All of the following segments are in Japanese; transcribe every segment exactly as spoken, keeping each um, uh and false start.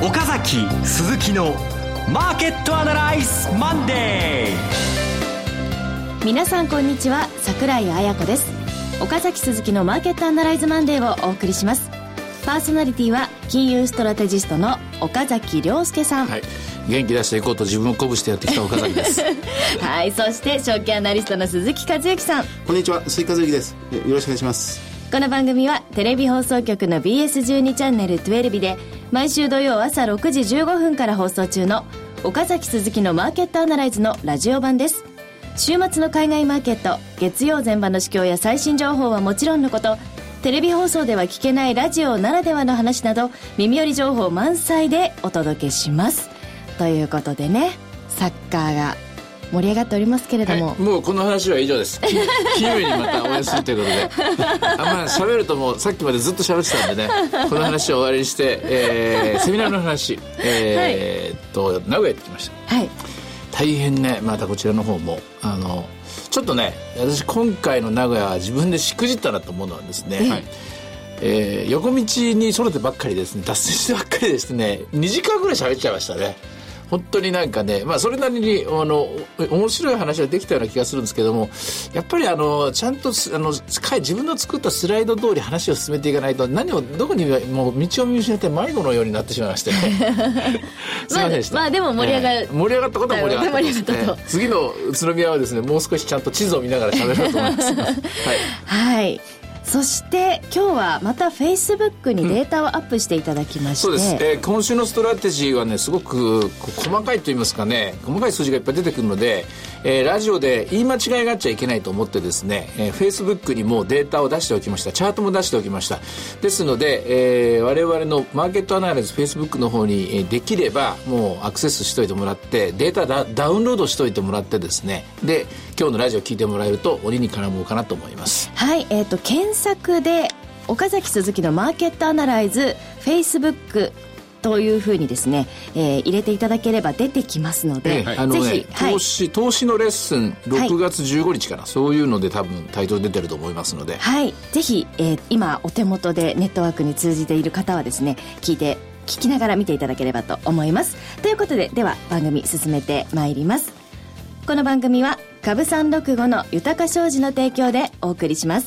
岡崎鈴木のマーケットアナライズマンデー。 皆さんこんにちは、桜井彩子です。岡崎鈴木のマーケットアナライズマンデーをお送りします。パーソナリティは金融ストラテジストの岡崎亮介さん、 はい、元気出していこうと自分を鼓舞してやってきた岡崎ですはい、そして証券アナリストの鈴木和之さん。 こんにちは、鈴木和之です。よろしくお願いします。 この番組はテレビ放送局の ビーエスじゅうに チャンネルじゅうにで毎週土曜朝ろくじじゅうごふんから放送中の岡崎鈴木のマーケットアナライズのラジオ版です。週末の海外マーケット、月曜前場の市況や最新情報はもちろんのこと、テレビ放送では聞けないラジオならではの話など耳寄り情報満載でお届けします。ということでね、サッカーが盛り上がっておりますけれども、 はい、もうこの話は以上です。金曜日にまたお休みということであんま喋るともうさっきまでずっと喋ってたんでね、この話を終わりにして、えー、セミナーの話、えー、っと名古屋行ってきました。はい、大変ね、またこちらの方もあのちょっとね、私今回の名古屋は自分でしくじったなと思うのはですね、はい、えー、横道にそれてばっかりですね、脱線してばっかりですね、にじかんぐらい喋っちゃいましたね。本当になんかね、まあそれなりにあの面白い話ができたような気がするんですけども、やっぱりあのちゃんとあの自分の作ったスライド通り話を進めていかないと、何をどこにもう道を見失って迷子のようになってしまいましてねすいませんでした。 まあ、まあでも盛り上がる、えー、盛り上がったことは盛り上がったことですね。 と次の宇都宮はですね、もう少しちゃんと地図を見ながら喋ろうと思いますはい、 はい、そして今日はまたフェイスブックにデータをアップしていただきまして、 うん、そうです、えー、今週のストラテジーはね、すごく細かいと言いますかね、細かい数字がいっぱい出てくるので、えー、ラジオで言い間違いがあっちゃいけないと思ってですね、えー、フェイスブックにもデータを出しておきました。チャートも出しておきました。ですので、えー、我々のマーケットアナライズフェイスブックの方に、えー、できればもうアクセスしといてもらって、データダ、ダウンロードしといてもらってですね、で今日のラジオ聞いてもらえると鬼に絡もうかなと思います。 はい、えーと、検索で岡崎鈴木のマーケットアナライズフェイスブックというふうにですね、えー、入れていただければ出てきますので、 えー、あのね、ぜひ、投資、はい、投資のレッスンろくがつじゅうごにちかな、はい、そういうので多分タイトル出てると思いますので、 はい、ぜひ、えー、今お手元でネットワークに通じている方はですね、聞いて聞きながら見ていただければと思います。ということで、では番組進めてまいります。この番組は株さんろくごの豊商事の提供でお送りします。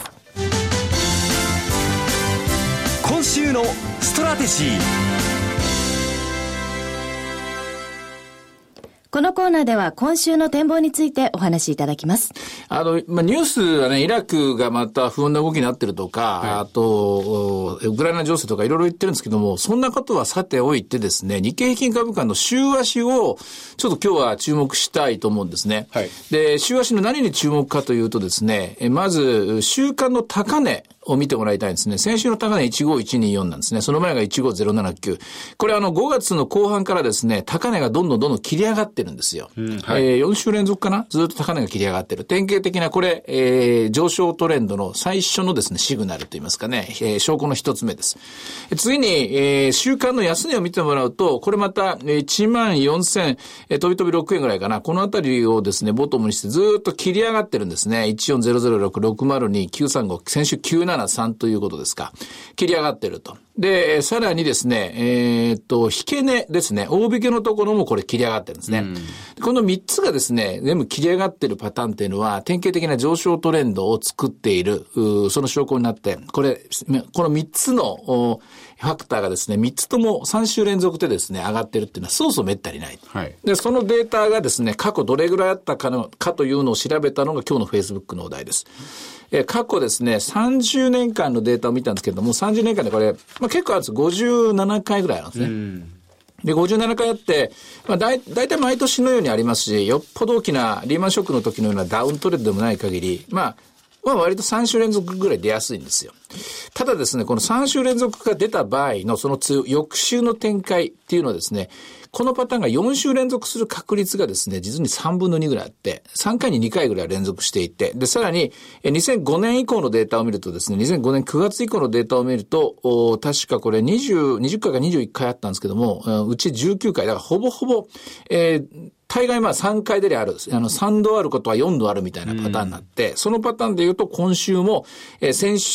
今週のストラテジー。 このコーナーでは今週の展望についてお話しいただきます。 あの、まあ、ニュースはね、イラクがまた不穏な動きになってるとか、はい、あと、ウクライナ情勢とかいろいろ言ってるんですけども、そんなことはさておいてですね、日経平均株価の週足をちょっと今日は注目したいと思うんですね。はい、で、週足の何に注目かというとですね、まず、週間の高値を見てもらいたいんですね。先週の高値いちごいちによんなんですね。その前がいちごゼロななきゅう。これあのごがつの後半からですね、高値がどんどんどんどん切り上がってるんですよ。うんはい、えー、よん週連続かな、ずっと高値が切り上がってる。典型的なこれ、えー、上昇トレンドの最初のですね、シグナルといいますかね、えー、証拠の一つ目です。次に、えー、週間の安値を見てもらうと、これまたいちまんよんせん、えー、飛び飛びろくえんぐらいかな。このあたりをですね、ボトムにしてずっと切り上がってるんですね。いちよんゼロゼロろく、ろくまるに、きゅうさんご、先週きゅうななさんということですか。切り上がってると。で、さらにですね、えー、っと、引け値ですね。大引けのところもこれ切り上がってるんですね。このみっつがですね、全部切り上がってるパターンっていうのは、典型的な上昇トレンドを作っている、その証拠になって、これ、このみっつのファクターがですね、みっつともさん週連続でですね、上がってるっていうのはそうそうめったにない。はい、で、そのデータがですね、過去どれぐらいあったかの、かというのを調べたのが今日の Facebook のお題です。えー、過去ですね、さんじゅうねんかんのデータを見たんですけれども、さんじゅうねんかんでこれ、まあ、結構あるんです。ごじゅうななかいぐらいあるんですね。うんで、ごじゅうななかいあって、まあ、だい、だいたい毎年のようにありますし、よっぽど大きなリーマンショックの時のようなダウントレンドでもない限り、まあ、まあ割とさん週連続ぐらい出やすいんですよ。ただですね、このさん週連続が出た場合のその翌週の展開っていうのはですね、このパターンがよん週連続する確率がですね、実にさんぶんのにぐらいあって、さんかいににかいぐらい連続していて、で、さらに、にせんごねん以降のデータを見るとですね、にせんごねんくがつ以降のデータを見ると、確かこれにじゅう、にじゅっかいかにじゅういっかいあったんですけども、うちじゅうきゅうかい、だからほぼほぼ、えー、大概まあさんかいである、あのさんどあることはよんどあるみたいなパターンになって、そのパターンで言うと今週も、えー、先週よりも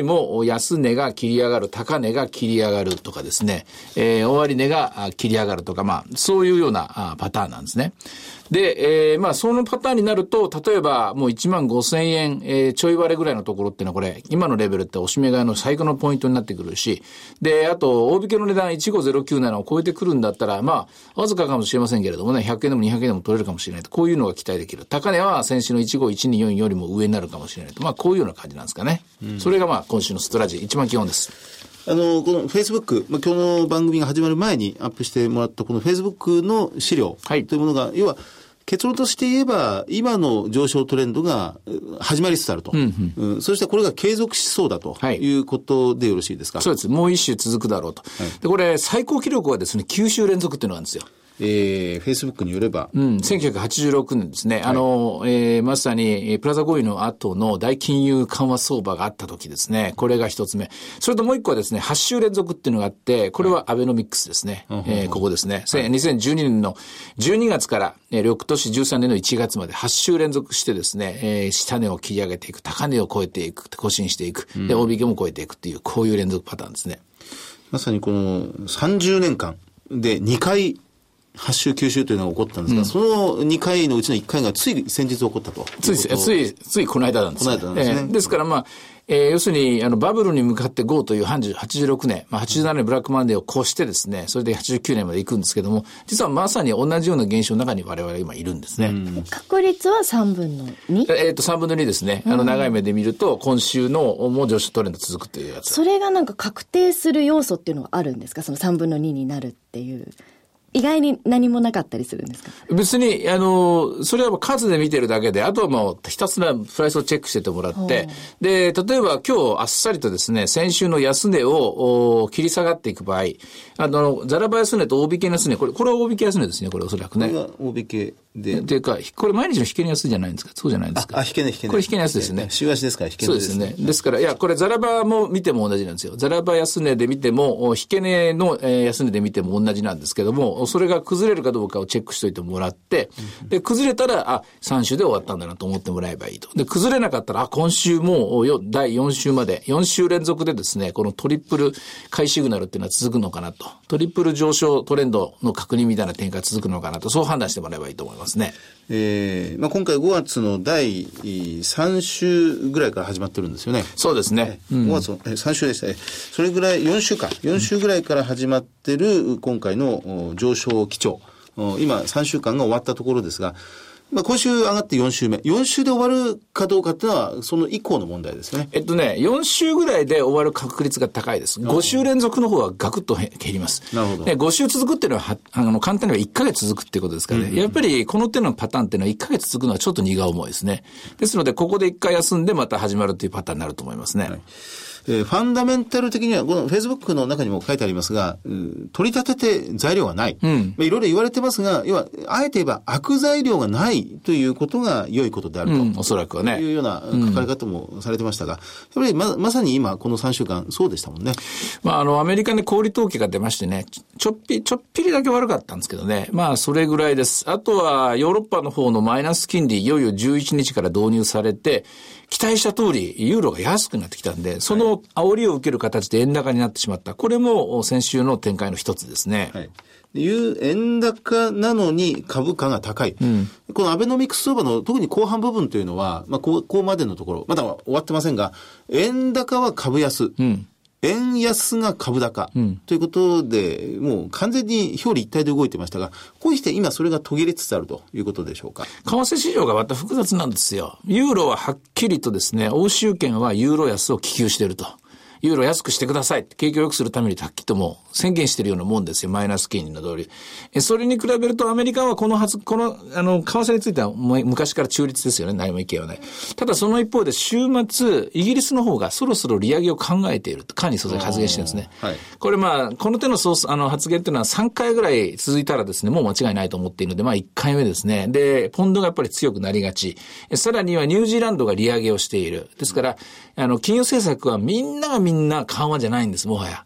も安値が切り上がる、高値が切り上がるとかですね、えー、終値が切り上がるとか、まあ、そういうようなパターンなんですね。で、えー、まあ、そのパターンになると、例えば、もういちまんごせんえん、えー、ちょい割れぐらいのところっていうのは、これ、今のレベルって押し目買いの最高のポイントになってくるし、で、あと、大引けの値段いちごぜろきゅうななを超えてくるんだったら、まあ、わずかかもしれませんけれどもね、ひゃくえんでもにひゃくえんでも取れるかもしれないと、こういうのが期待できる。高値は先週のいちごいちによんよりも上になるかもしれないと、まあ、こういうような感じなんですかね。うん、それがまあ、今週のストラテジー、一番基本です。 あの、この Facebook、まあ、今日の番組が始まる前にアップしてもらったこの Facebook の資料というものが、はい、要は、結論として言えば、今の上昇トレンドが始まりつつあると。うんうんうん、そしてこれが継続しそうだということでよろしいですか？ はい、そうです。もう一週続くだろうと。はい、で、これ、最高記録はですね、きゅう週連続っていうのがあるんですよ。 えー、Facebook によれば。 うん、せんきゅうひゃくはちじゅうろくねんですね。はい、あの、えー、まさに、プラザ合意の後の大金融緩和相場があった時ですね。これが一つ目。それともう一個はですね、はち週連続っていうのがあって、これはアベノミックスですね。はい、えー、ここですね。はい、にせんじゅうにねんのじゅうにがつから、えー、翌年じゅうさんねんのいちがつまではち週連続してですね、えー、下値を切り上げていく、高値を超えていく、更新していく、で、大引けも超えていくっていう、こういう連続パターンですね。 まさにこのさんじゅうねんかんでにかい、はち週きゅう週というのが起こったんですが、うん、そのにかいのうちのいっかいがつい先日起こったと。 つい、つい、ついこの間なんですね。 この間なんですね。 えー、ですからまあ、えー、要するに、あの、バブルに向かって ゴー というはちじゅうろくねん、まあ、はちじゅうななねんブラックマンデーを越してですね、それではちじゅうきゅうねんまで行くんですけども、実はまさに同じような現象の中に我々は今いるんですね。うん、 確率はさんぶんのに？ えっと、さんぶんのにですね。あの、長い目で見ると、今週のもう上昇トレンド続くというやつ。 それがなんか確定する要素っていうのはあるんですか？そのさんぶんのにになるっていう。意外に何もなかったりするんですか？ 別に、あの、それは数で見てるだけで、あとはもうひたすらプライスをチェックしててもらって、で、例えば今日あっさりとですね、先週の安値を切り下がっていく場合、あの、ザラバ安値と大引け安値、これ、これは大引け安値ですね、これおそらくね。 これが大引けで。 っていうか、これ毎日の引け値安じゃないんですか？そうじゃないんですか？ あ、引け値引け値。 これ引け値安ですね。 週足ですから引け値ですね。 そうですね。ですから、いや、これザラバも見ても同じなんですよ。ザラバ安値で見ても、引け値の安値で見ても同じなんですけども、それが崩れるかどうかをチェックしといてもらって、で、崩れたら、あ、さん週で終わったんだなと思ってもらえばいいと。で、崩れなかったら、あ、今週もよだいよん週まで、よん週連続でですね、このトリプル買いシグナルっていうのは続くのかなと。トリプル上昇トレンドの確認みたいな展開が続くのかなと、そう判断してもらえばいいと思いますね。 えー、まあ今回ごがつのだいさん週ぐらいから始まってるんですよね。 そうですね。 うん、ごがつのさん週でしたね。それぐらい、よん週か。よん週ぐらいから始まってる今回の上昇基調。今さん週間が終わったところですが、まあ、今週上がってよん週目。よん週で終わるかどうかっていうのは、その以降の問題ですね。 えっとね、よん週ぐらいで終わる確率が高いです。ご週連続の方はガクッと減ります。 なるほど。 で、ご週続くっていうのは、あの、簡単にはいっかげつ続くっていうことですからね。うんうん、やっぱり、この手のパターンっていうのはいっかげつ続くのはちょっと荷が重いですね。ですので、ここでいっかい休んでまた始まるっていうパターンになると思いますね。はい、 えー、ファンダメンタル的には、この Facebook の中にも書いてありますが、うん、取り立てて材料がない。うん、まあ、いろいろ言われてますが、要は、あえて言えば悪材料がないということが良いことであると。うん、 おそらくはね。 いうような書かれ方もされてましたが、やっぱりま、まさに今、このさん週間、そうでしたもんね。 まあ、あの、アメリカで小売統計が出ましてね、ちょっぴ、ちょっぴりだけ悪かったんですけどね。まあ、それぐらいです。あとは、ヨーロッパの方のマイナス金利、いよいよじゅういちにちから導入されて、期待した通り、ユーロが安くなってきたんで、その煽りを受ける形で円高になってしまった。これも先週の展開の一つですね。はい。 いう円高なのに株価が高い。うん、このアベノミクス相場の特に後半部分というのは、まあ、こう、こうまでのところ、まだ終わってませんが、円高は株安。うん、円安が株高、うん、ということで、もう完全に表裏一体で動いてましたが、こうして今それが途切れつつあるということでしょうか。 為替市場がまた複雑なんですよ。ユーロははっきりとですね、欧州圏はユーロ安を希求していると。ユーロ安くしてくださいって景気を良くするためにはっきりともう宣言しているようなもんですよ。マイナス金利の通り。え、それに比べるとアメリカはこのはず、この、あの、為替については昔から中立ですよね。何も意見はない。ただその一方で週末、イギリスの方がそろそろ利上げを考えていると、カーニー総裁発言してるんですね。はい。これまあ、この手のソース、あの、発言っていうのはさんかいぐらい続いたらですね、もう間違いないと思っているので、まあいっかいめですね。で、ポンドがやっぱり強くなりがち。さらにはニュージーランドが利上げをしている。ですから、あの、金融政策はみんながみんな緩和じゃないんです、もはや。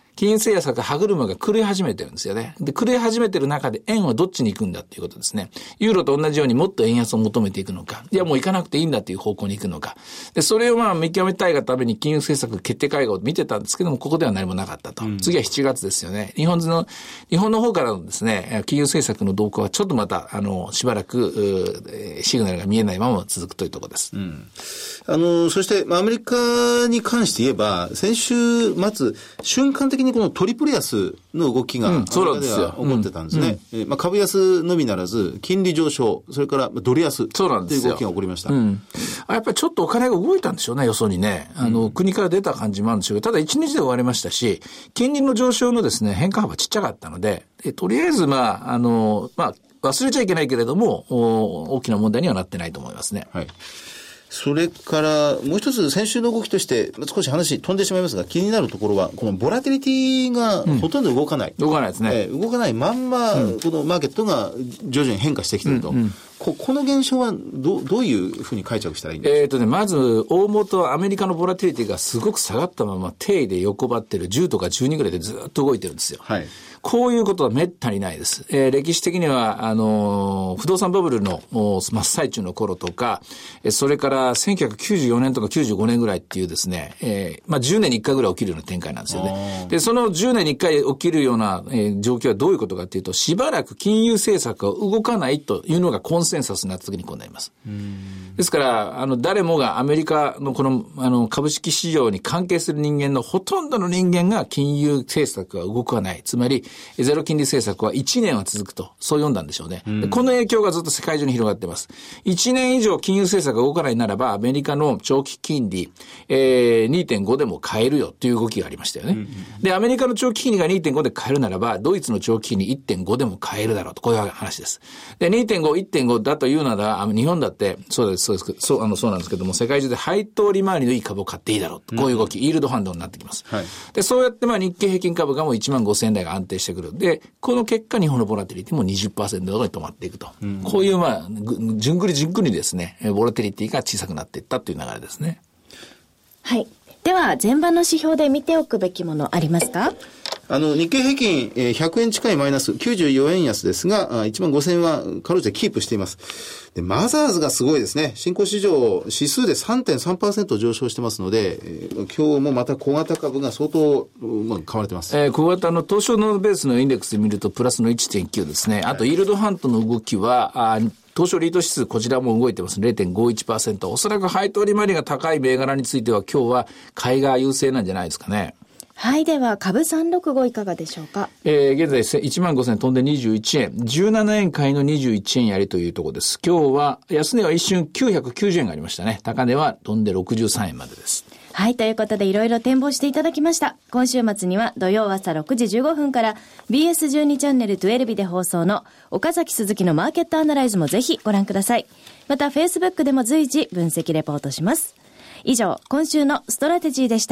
金融政策歯車が狂い始めてるんですよね。で、狂い始めてる中で円はどっちに行くんだっていうことですね。ユーロと同じようにもっと円安を求めていくのか、いやもう行かなくていいんだっていう方向に行くのか。で、それをまあ見極めたいがために金融政策決定会合を見てたんですけども、ここでは何もなかったと。うん、次はしちがつですよね。日本の、日本の方からのですね、金融政策の動向はちょっとまた、あの、しばらく、シグナルが見えないまま続くというところです。うん、 あの、そして、アメリカに関して言えば、先週末、瞬間的にこのトリプル安の動きが、アメリカでは起こってたんですね。うんうん、まあ、株安のみならず、金利上昇、それからドル安という動きが起こりました。 うん、やっぱりちょっとお金が動いたんでしょうね、予想にね。あの、うん、国から出た感じもあるんでしょうけど、ただいちにちで終わりましたし、金利の上昇のですね、変化幅ちっちゃかったので、でとりあえず、まあ、あの、まあ、忘れちゃいけないけれども、大きな問題にはなってないと思いますね。 はい。それから、もう一つ先週の動きとして、少し話飛んでしまいますが、気になるところは、このボラティリティがほとんど動かない。 うん、動かないですね。 えー、動かないまんま、うん、このマーケットが徐々に変化してきていると。うんうん、こ, この現象はど, どういうふうに解釈したらいいんですか。 えーとね、まず、大元アメリカのボラティリティがすごく下がったまま、定位で横ばってるじゅうとかじゅうにぐらいでずっと動いてるんですよ。はい。こういうことはめったにないです。えー、歴史的には、あのー、不動産バブルの真っ最中の頃とか、それからせんきゅうひゃくきゅうじゅうよねんとかきゅうじゅうごねんぐらいっていうですね、えー、まあじゅうねんにいっかいぐらい起きるような展開なんですよね。で、そのじゅうねんにいっかい起きるような、えー、状況はどういうことかっていうと、しばらく金融政策が動かないというのがコンセンサスになった時にこうなります。ですから、あの、誰もがアメリカのこの、あの、株式市場に関係する人間のほとんどの人間が金融政策が動かない。つまり、ゼロ金利政策はいちねんは続くと、そう読んだんでしょうね。でこの影響がずっと世界中に広がっています。いちねん以上金融政策が動かないならば、アメリカの長期金利、えー、にてんご でも変えるよという動きがありましたよね。で、アメリカの長期金利が にてんご で変えるならば、ドイツの長期金利 いってんご でも変えるだろうと、こういう話です。で、にてんご、いってんご だというなら、日本だって、そうです、そうです、そう、あの、そうなんですけども、世界中で配当利回りのいい株を買っていいだろうと、こういう動き、イールドファンドになってきます。はい、で、そうやってまあ日経平均株価もいちまんごせんえん台が安定してくる。で、この結果、日本のボラティリティも にじゅっパーセント に止まっていくと。うん、こういう、まあ、じゅんぐりじゅんぐりですね、ボラティリティが小さくなっていったという流れですね。 はい。では、前場の指標で見ておくべきものありますか？ あの、日経平均、えー、ひゃくえん近いマイナス、きゅうじゅうよえん安ですが、いちまんごせんえんはかろうじてキープしています。で、マザーズがすごいですね。新興市場指数で さんてんさんパーセント 上昇してますので、えー、今日もまた小型株が相当、まあ、買われてます。 えー、小型の東証のベースのインデックスで見るとプラスの いってんきゅう ですね。あと、イールドハントの動きは、あ東証リート指数、こちらも動いてます。れいてんごいちパーセント。おそらく配当利回りが高い銘柄については今日は買いが優勢なんじゃないですかね。 はい。では、株さんろくごいかがでしょうか。 えー、現在いちまんごせん飛んでにじゅういちえん。じゅうななえん買いのにじゅういちえんやりというところです。今日は、安値は一瞬きゅうひゃくきゅうじゅうえんがありましたね。高値は飛んでろくじゅうさんえんまでです。 はい。ということで、いろいろ展望していただきました。今週末には土曜朝ろくじじゅうごふんから ビーエスじゅうに チャンネルじゅうにで放送の岡崎鈴木のマーケットアナライズもぜひご覧ください。また、Facebook でも随時分析レポートします。以上、今週のストラテジーでした。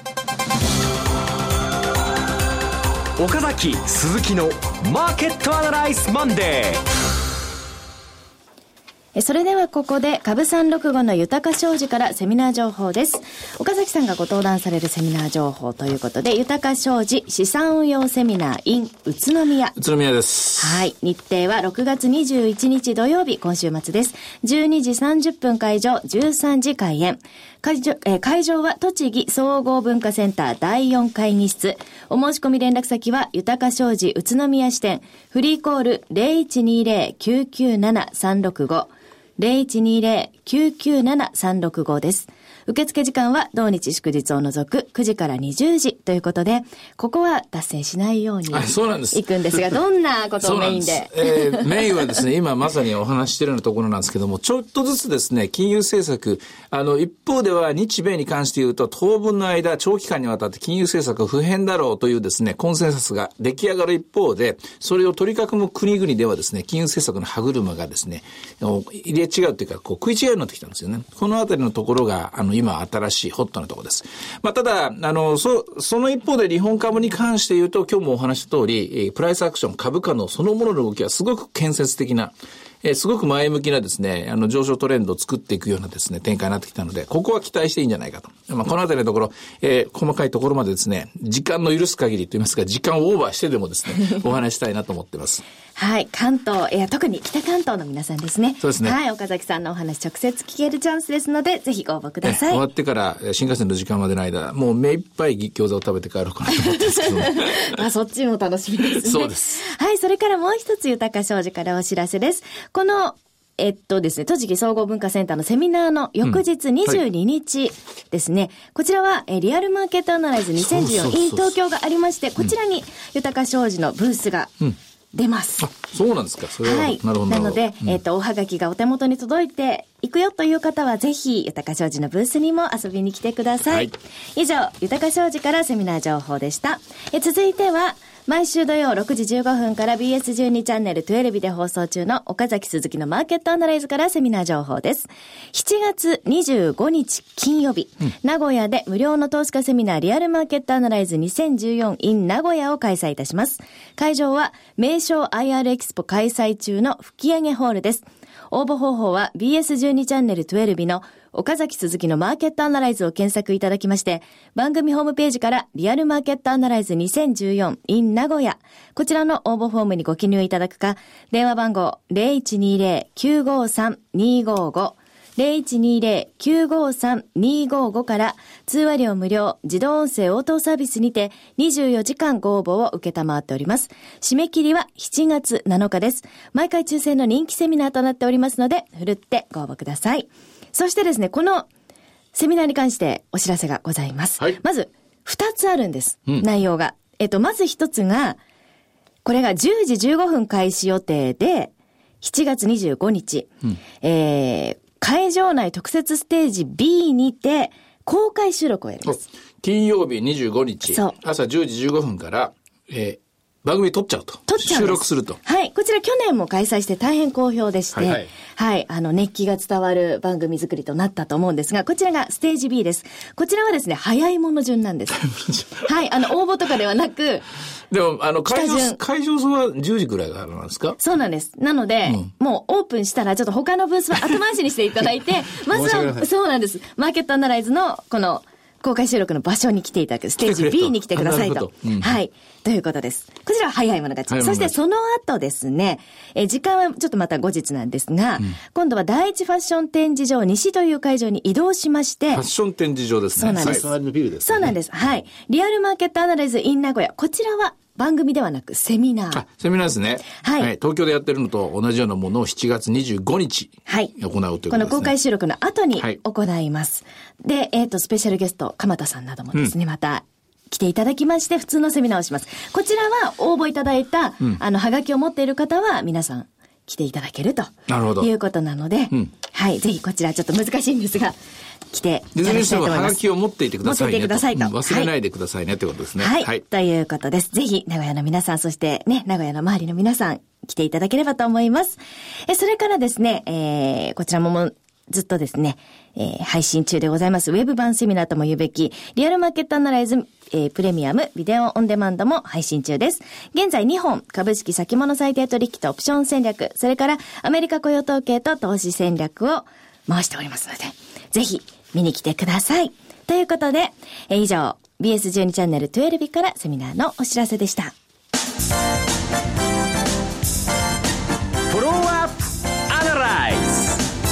岡崎鈴木のマーケットアナライズマンデー。それではここで株さんろくごの豊か商事からセミナー情報です。岡崎さんがご登壇されるセミナー情報ということで、豊か商事資産運用セミナー in 宇都宮。 宇都宮です。 はい。日程はろくがつにじゅういちにち土曜日、今週末です。じゅうにじさんじゅっぷん会場、じゅうさんじ開演。会場、えー、会場は栃木総合文化センターだいよん会議室。お申し込み連絡先は豊か商事宇都宮支店。フリーコール ゼロいちにゼロ きゅうきゅうなな さんろくご。ゼロいちにゼロ きゅうきゅうなな さんろくごです。受付時間は同日祝日を除くくじからにじゅうじということで、ここは脱線しないように行くんですが、どんなことをメインでえー、メインはですね、今まさにお話ししているようなところなんですけども、ちょっとずつですね、金融政策、あの、一方では日米に関して言うと、当分の間、長期間にわたって金融政策不変だろうというですね、コンセンサスが出来上がる一方で、それを取り囲む国々ではですね、金融政策の歯車がですね、入れ違うというか、こう食い違うようになってきたんですよね。このあたりのところが、あの、今新しいホットなところです。まあ、ただ、あの、そ、その一方で日本株に関して言うと、今日もお話した通り、プライスアクション、株価のそのものの動きはすごく建設的な、 えー、すごく前向きなですね、あの、上昇トレンドを作っていくようなですね、展開になってきたので、ここは期待していいんじゃないかと。まあ、このあたりのところ、えー、細かいところまでですね、時間の許す限りといいますか、時間をオーバーしてでもですね、お話したいなと思ってます。 はい、関東、いや、特に北関東の皆さんですね。 そうですね。 はい、岡崎さんのお話直接聞けるチャンスですので、ぜひご応募ください。 終わってから新幹線の時間までの間、もう目いっぱい餃子を食べて帰ろうかなと思ってますけどあ、そっちも楽しみですね。 そうです。 はい、それからもう一つ豊か商事からお知らせです。このえっとですね、栃木総合文化センターのセミナーの翌日にじゅうににちですね、うんはい、こちらはえリアルマーケットアナライズにせんじゅうよん in 東京がありまして、こちらに豊か商事のブースが出ます。 うん、あ、そうなんですか。それは、はい、なるほど。 なので、うん、えっと、おはがきがお手元に届いていくよという方は、ぜひ、豊か商事のブースにも遊びに来てください。はい、以上、豊か商事からセミナー情報でした。え続いては、毎週土曜ろくじじゅうごふんから ビーエスじゅうに チャンネルじゅうにで放送中の岡崎鈴木のマーケットアナライズからセミナー情報です。しちがつにじゅうごにち金曜日、うん、名古屋で無料の投資家セミナーリアルマーケットアナライズにせんじゅうよん in 名古屋を開催いたします。会場は名称 アイアール エキスポ開催中の吹上ホールです。応募方法は ビーエスじゅうに チャンネルじゅうにの岡崎鈴木のマーケットアナライズを検索いただきまして、番組ホームページからリアルマーケットアナライズにせんじゅうよん in 名古屋、こちらの応募フォームにご記入いただくか、電話番号 ゼロいちにゼロ きゅうごさん にごご ゼロいちにゼロ きゅうごさん にごご から通話料無料自動音声応答サービスにてにじゅうよじかんご応募を受けたまわっております。締め切りはしちがつなのかです。毎回抽選の人気セミナーとなっておりますので、ふるってご応募ください。そしてですね、このセミナーに関してお知らせがございます。はい、まずふたつあるんです、うん、内容が。えっとまずひとつが、これがじゅうじじゅうごふん開始予定でしちがつにじゅうごにち、うん、えー、会場内特設ステージ B にて公開収録をやります。 金曜日にじゅうごにち朝じゅうじじゅうごふんから、えー番組撮っちゃうと。 撮っちゃう。 収録すると。 はい。こちら去年も開催して大変好評でして、はい、はい、はい。あの、熱気が伝わる番組作りとなったと思うんですが、こちらがステージ B です。こちらはですね、早いもの順なんです。はい。あの、応募とかではなく、 でも、あの、会場、会場数はじゅうじくらいからなんですか？ そうなんです。なので、うん、もうオープンしたらちょっと他のブースは後回しにしていただいて、まずは、そうなんです。マーケットアナライズの、この、公開収録の場所に来ていただく、ステージ B に来てくださいと。うん、はい。ということです。こちらは早い者勝ち。そしてその後ですね、え時間はちょっとまた後日なんですが、うん、今度は第一ファッション展示場西という会場に移動しまして、 ファッション展示場ですね。 そうなんです。 隣のビルですね。 そうなんです。はい。リアルマーケットアナライズ in 名古屋。こちらは番組ではなくセミナー。 あ、セミナーですね。はい。はい、東京でやってるのと同じようなものをしちがつにじゅうごにち行うということですね。 この公開収録の後に行います。はい、で、えっと、スペシャルゲスト、鎌田さんなどもですね、うん、また来ていただきまして、普通のセミナーをします。こちらは応募いただいた、うん、あの、ハガキを持っている方は皆さん来ていただけると。なるほど。いうことなので、うん、はい。ぜひこちらちょっと難しいんですが、来ていただきたいと思います。 ハガキを持っていてくださいね。 持っていてくださいと。 うん、忘れないでくださいね、はい、ってことですね。 はい。はい。ということです。ぜひ、名古屋の皆さん、そしてね、名古屋の周りの皆さん、来ていただければと思います。え、それからですね、えー、こちらももずっとですね、えー、配信中でございます。ウェブ版セミナーとも言うべき、リアルマーケットアナライズ、えー、プレミアム、ビデオオンデマンドも配信中です。現在にほん、株式先物最低取引とオプション戦略、それからアメリカ雇用統計と投資戦略を回しておりますので、ぜひ見に来てください。ということで、えー、以上、ビーエスじゅうに チャンネルじゅうにからセミナーのお知らせでした。 フォローアップアナライズ。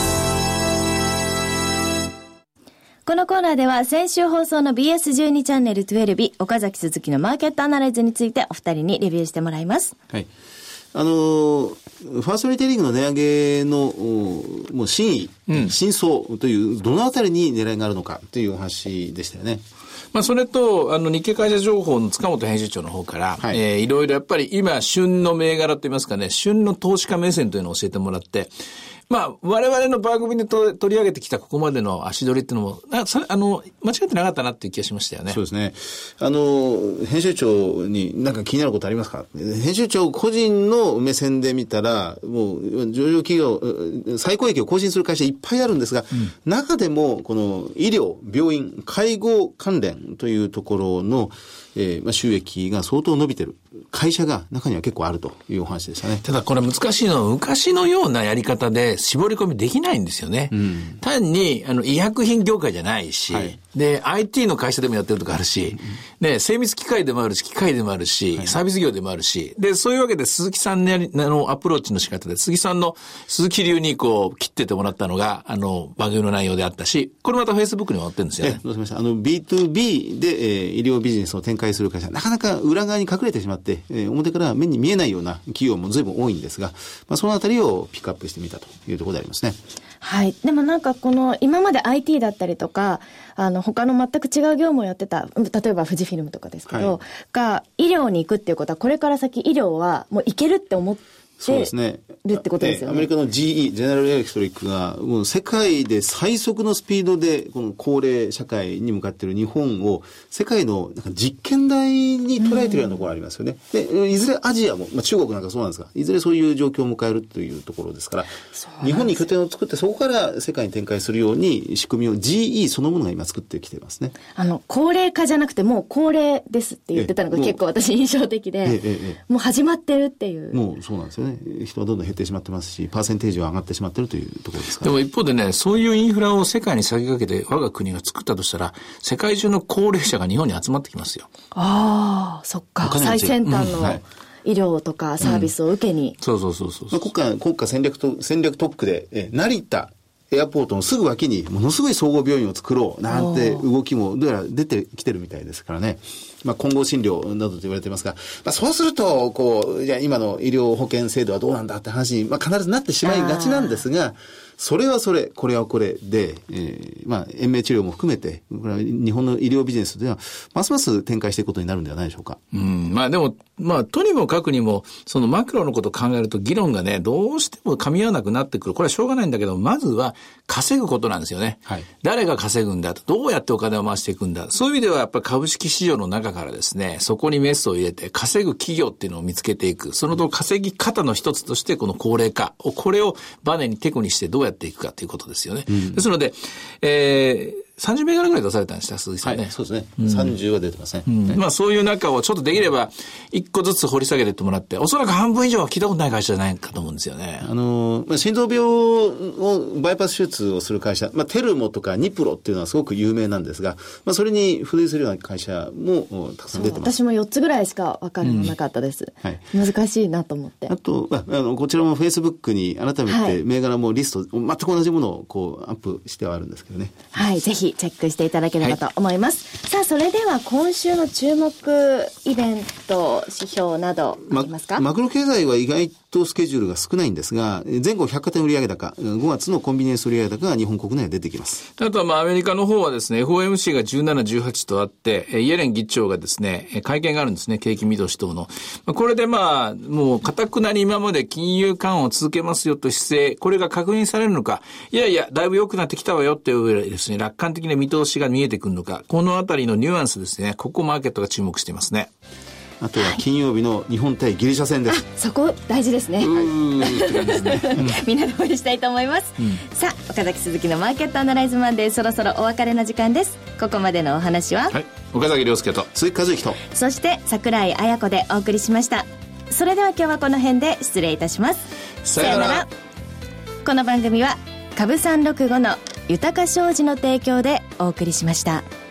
このコーナーでは先週放送の ビーエスじゅうに チャンネルじゅうに岡崎鈴木のマーケットアナライズについてお二人にレビューしてもらいます。 はい。あのー、ファーストリテイリングの値上げのもう真意、うん、真相というどのあたりに狙いがあるのかというお話でしたよね。 まあ、それと、あの、日経会社情報の塚本編集長の方から、はい、えー、いろいろやっぱり今、旬の銘柄といいますかね、旬の投資家目線というのを教えてもらって、 まあ、我々の番組でと取り上げてきたここまでの足取りっていうのも、あ、それ、あの、間違ってなかったなっていう気がしましたよね。 そうですね。あの、編集長に何か気になることありますか？編集長個人の目線で見たら、もう、上場企業、最高益を更新する会社いっぱいあるんですが、うん、中でも、この医療、病院、介護関連というところの、えーまあ、収益が相当伸びてる会社が中には結構あるというお話でしたね。 ただこれ難しいのは昔のようなやり方で絞り込みできないんですよね。うん、単にあの医薬品業界じゃないし、はい、で アイティー の会社でもやってるとかあるし、うん、ね、精密機械でもあるし機械でもあるし、はい、サービス業でもあるし、でそういうわけで鈴木さんのアプローチの仕方で鈴木さんの鈴木流にこう切っててもらったのがあの番組の内容であったし、これまた Facebook にも載ってるんですよね。 え、載せました。あの ビーツービー で、えー、医療ビジネスを展開する会社、なかなか裏側に隠れてしまって、えー、表から目に見えないような企業も随分多いんですが、まあ、そのあたりをピックアップしてみたというところでありますね。 はい。でもなんかこの今まで アイティー だったりとか、あの他の全く違う業務をやってた、例えば富士フィルムとかですけど、はい、が医療に行くっていうことは、これから先医療はもう行けるって思ってそうですね。 るってことですよね。 アメリカの ジーイー、ジェネラルエレクトリックが、もう世界で最速のスピードで、この高齢社会に向かっている日本を、世界のなんか実験台に捉えているようなところがありますよね。うん、で、いずれアジアも、まあ、中国なんかそうなんですが、いずれそういう状況を迎えるというところですから、日本に拠点を作って、そこから世界に展開するように仕組みを ジーイー そのものが今作ってきていますね。 あの、高齢化じゃなくて、もう高齢ですって言ってたのが結構私印象的で、ええええ、もう始まってるっていう。 もうそうなんですよね。人はどんどん減ってしまってますし、パーセンテージは上がってしまっているというところですから。 でも一方でね、そういうインフラを世界に先駆けて我が国が作ったとしたら、世界中の高齢者が日本に集まってきますよ。 ああ、そっか。最先端の、うん、はい、医療とかサービスを受けに。 うん、そうそうそうそう。 国家、国家戦略と、戦略特区で、え、成田、エアポートのすぐ脇にものすごい総合病院を作ろうなんて動きもどうやら出てきてるみたいですからね。まあ、混合診療などと言われていますが、まあ、そうするとこうじゃあ今の医療保険制度はどうなんだって話に、まあ、必ずなってしまいがちなんですが、それはそれ、これはこれで、えー、まあ、延命治療も含めて、これは日本の医療ビジネスでは、ますます展開していくことになるんではないでしょうか。 うん、まあでも、まあ、とにもかくにも、そのマクロのことを考えると、議論がね、どうしても噛み合わなくなってくる。これはしょうがないんだけど、まずは稼ぐことなんですよね。はい。誰が稼ぐんだと、どうやってお金を回していくんだ。そういう意味では、やっぱり株式市場の中からですね、そこにメスを入れて、稼ぐ企業っていうのを見つけていく。そのと稼ぎ方の一つとして、この高齢化を、これをバネにテコにしてどうやっていくかということですよね。うん、ですので、えー、さんじゅう銘柄ぐらい出されたんでした、鈴木さんね。 はい、そうですね。うん、さんじゅうは出てますね。 うんね、まあそういう中をちょっとできればいっこずつ掘り下げていってもらって、おそらく半分以上は聞いたことない会社じゃないかと思うんですよね。 あの、まあ、心臓病をバイパス手術をする会社、まあテルモとかニプロっていうのはすごく有名なんですが、まあそれに付随するような会社もたくさん出てます。 私もよっつぐらいしか分かるのなかったです。うん、はい、難しいなと思って。 あと、まあ、あのこちらも Facebook に改めて銘柄もリスト、はい、全く同じものをこうアップしてはあるんですけどね。 はい、ぜひチェックしていただければと思います。はい、さあ、それでは今週の注目イベント、指標などありますか？ ま、マクロ経済は意外とスケジュールが少ないんですが、前後百貨店売上高、ごがつのコンビニエンス売上高が日本国内で出てきます。 あとはまあアメリカの方はですね、エフオーエムシー がじゅうなな、じゅうはちとあって、イエレン議長がですね、会見があるんですね、景気見通し等の。これでまあ、もう固くなに今まで金融緩和を続けますよと姿勢、これが確認されるのか、いやいや、だいぶ良くなってきたわよっていうですね、楽観的な見通しが見えてくるのか、このあたりのニュアンスですね、ここマーケットが注目していますね。 あとは金曜日の日本対ギリシャ戦です。 そこ大事ですね。うーですね、うん、みんなで応援したいと思います。うん、さあ、岡崎鈴木のマーケットアナライズマンデー、そろそろお別れの時間です。ここまでのお話は、はい、 岡崎亮介と鈴木和之と、 そして櫻井彩子でお送りしました。それでは今日はこの辺で失礼いたします。 さよなら。 この番組は株さんろくごの豊か商事の提供でお送りしました。